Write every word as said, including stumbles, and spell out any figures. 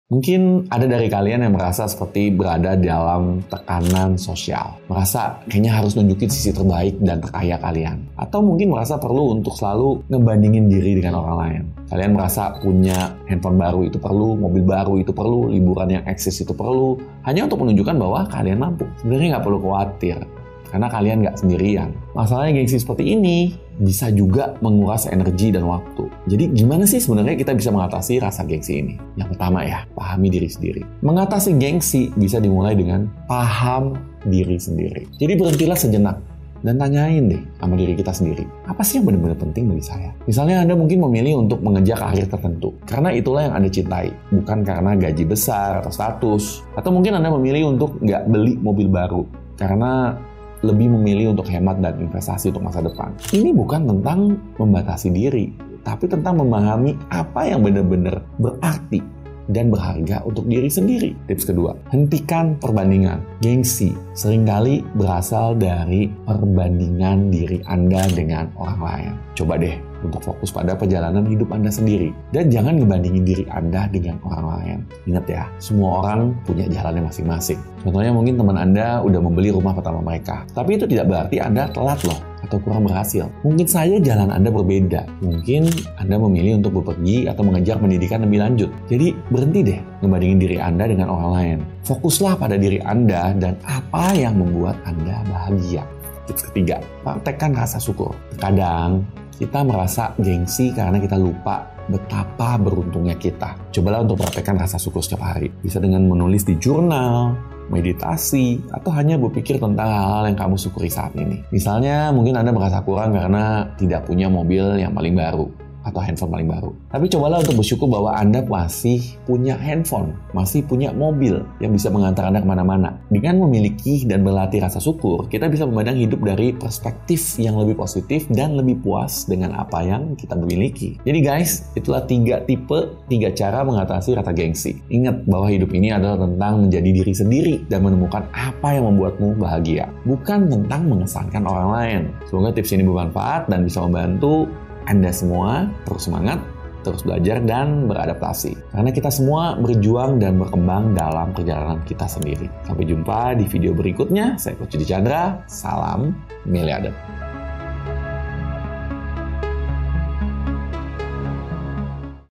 Mungkin ada dari kalian yang merasa seperti berada dalam tekanan sosial. Merasa kayaknya harus nunjukin sisi terbaik dan terkaya kalian. Atau mungkin merasa perlu untuk selalu ngebandingin diri dengan orang lain. Kalian merasa punya handphone baru itu perlu, mobil baru itu perlu, liburan yang eksis itu perlu. Hanya untuk menunjukkan bahwa kalian mampu. Sebenarnya nggak perlu khawatir. Karena kalian nggak sendirian. Masalahnya gengsi seperti ini bisa juga menguras energi dan waktu. Jadi gimana sih sebenarnya kita bisa mengatasi rasa gengsi ini? Yang pertama ya, pahami diri sendiri. Mengatasi gengsi bisa dimulai dengan paham diri sendiri. Jadi berhentilah sejenak dan tanyain deh sama diri kita sendiri. Apa sih yang benar-benar penting bagi saya? Misalnya Anda mungkin memilih untuk mengejar karir tertentu. Karena itulah yang Anda cintai. Bukan karena gaji besar atau status. Atau mungkin Anda memilih untuk nggak beli mobil baru. Karena lebih memilih untuk hemat dan investasi untuk masa depan. Ini bukan tentang membatasi diri, tapi tentang memahami apa yang benar-benar berarti dan berharga untuk diri sendiri. Tips kedua, hentikan perbandingan. Gengsi seringkali berasal dari perbandingan diri Anda dengan orang lain. Coba deh untuk fokus pada perjalanan hidup Anda sendiri. Dan jangan ngebandingin diri Anda dengan orang lain. Ingat ya, semua orang punya jalannya masing-masing. Contohnya mungkin teman Anda udah membeli rumah pertama mereka. Tapi itu tidak berarti Anda telat loh atau kurang berhasil. Mungkin saja jalan Anda berbeda. Mungkin Anda memilih untuk bepergi atau mengejar pendidikan lebih lanjut. Jadi berhenti deh ngebandingin diri Anda dengan orang lain. Fokuslah pada diri Anda dan apa yang membuat Anda bahagia. Tips ketiga, praktekkan rasa syukur. Kadang kita merasa gengsi karena kita lupa betapa beruntungnya kita. Cobalah untuk praktekkan rasa syukur setiap hari. Bisa dengan menulis di jurnal, meditasi, atau hanya berpikir tentang hal-hal yang kamu syukuri saat ini. Misalnya, mungkin Anda merasa kurang karena tidak punya mobil yang paling baru atau handphone paling baru. Tapi cobalah untuk bersyukur bahwa Anda masih punya handphone, masih punya mobil yang bisa mengantar Anda kemana-mana. Dengan memiliki dan berlatih rasa syukur, kita bisa memandang hidup dari perspektif yang lebih positif dan lebih puas dengan apa yang kita miliki. Jadi guys, itulah tiga tipe, tiga cara mengatasi rasa gengsi. Ingat bahwa hidup ini adalah tentang menjadi diri sendiri dan menemukan apa yang membuatmu bahagia. Bukan tentang mengesankan orang lain. Semoga tips ini bermanfaat dan bisa membantu Anda semua terus semangat, terus belajar dan beradaptasi. Karena kita semua berjuang dan berkembang dalam perjalanan kita sendiri. Sampai jumpa di video berikutnya. Saya Coach Yudi Chandra. Salam Miliarder.